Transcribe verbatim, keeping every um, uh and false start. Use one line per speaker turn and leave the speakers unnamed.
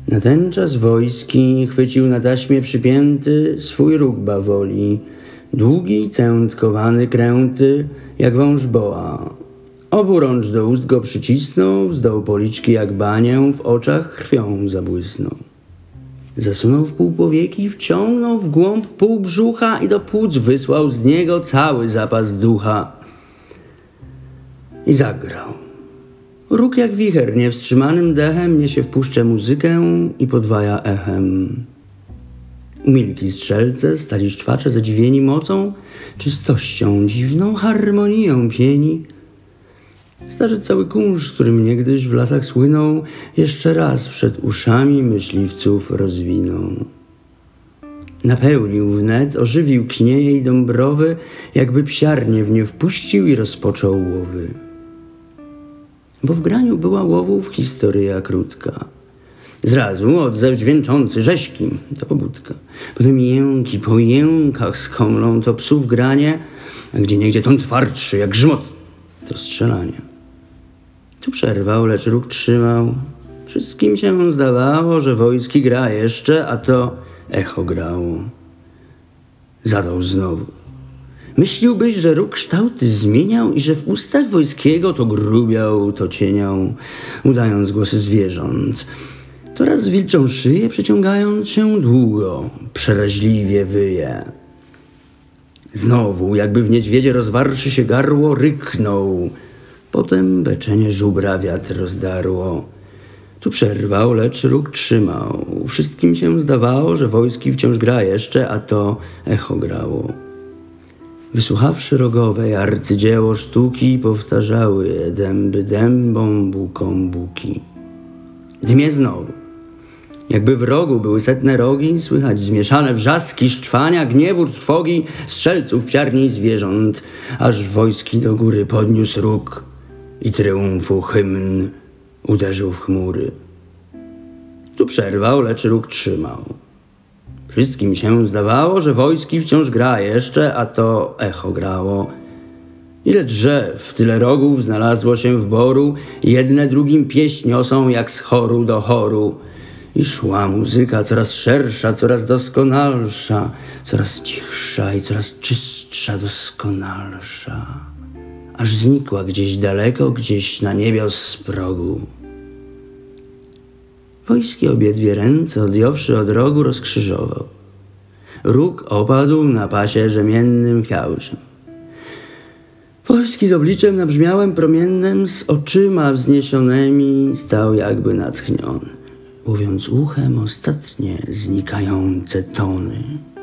Natenczas wojski chwycił na taśmie przypięty swój róg bawoli, długi, cętkowany, kręty, jak wąż boa. Obu rącz do ust go przycisnął, zdjął policzki jak banię, w oczach krwią zabłysnął. Zasunął w pół powieki, wciągnął w głąb pół brzucha i do płuc wysłał z niego cały zapas ducha. I zagrał. Róg jak wicher niewstrzymanym dechem niesie w puszczę muzykę i podwaja echem. Umilkli strzelce, stali szczwacze zadziwieni mocą, czystością, dziwną harmonią pieni. Starzy cały kunszt, którym niegdyś w lasach słynął, jeszcze raz przed uszami myśliwców rozwinął. Napełnił wnet, ożywił knieje i dąbrowy, jakby psiarnie w nie wpuścił i rozpoczął łowy. Bo w graniu była łowów historyja krótka. Zrazu odzew dźwięczący rzeźki, to pobudka. Potem jęki po jękach skomlą to psów granie, a gdzie niegdzie ton twardszy jak grzmot, to strzelanie. Tu przerwał, lecz róg trzymał. Wszystkim się zdawało, że wojski gra jeszcze, a to echo grało. Zadał znowu. Myśliłbyś, że róg kształty zmieniał i że w ustach wojskiego to grubiał, to cieniał, udając głosy zwierząt. To raz wilczą szyję przeciągając się długo, przeraźliwie wyje. Znowu, jakby w niedźwiedzie rozwarszy się garło, ryknął. Potem beczenie żubra wiatr rozdarło. Tu przerwał, lecz róg trzymał. Wszystkim się zdawało, że wojski wciąż gra jeszcze, a to echo grało. Wysłuchawszy rogowej arcydzieło sztuki, powtarzały je dęby dębom, bukom buki. Dmie znowu. Jakby w rogu były setne rogi, słychać zmieszane wrzaski, szczwania, gniewu, trwogi, strzelców, psiarni i zwierząt, aż wojski do góry podniósł róg i tryumfu hymn uderzył w chmury. Tu przerwał, lecz róg trzymał. Wszystkim się zdawało, że wojski wciąż gra jeszcze, a to echo grało. Ile drzew, tyle rogów znalazło się w boru, jedne drugim pieśń niosą jak z choru do choru. I szła muzyka coraz szersza, coraz doskonalsza, coraz cichsza i coraz czystsza, doskonalsza. Aż znikła gdzieś daleko, gdzieś na niebios z progu. Wojski obiedwie ręce, odjąwszy od rogu, rozkrzyżował. Róg opadł na pasie rzemiennym chwiałczym. Wojski z obliczem nabrzmiałym, promiennym, z oczyma wzniesionymi stał jakby natchniony, mówiąc uchem ostatnie znikające tony.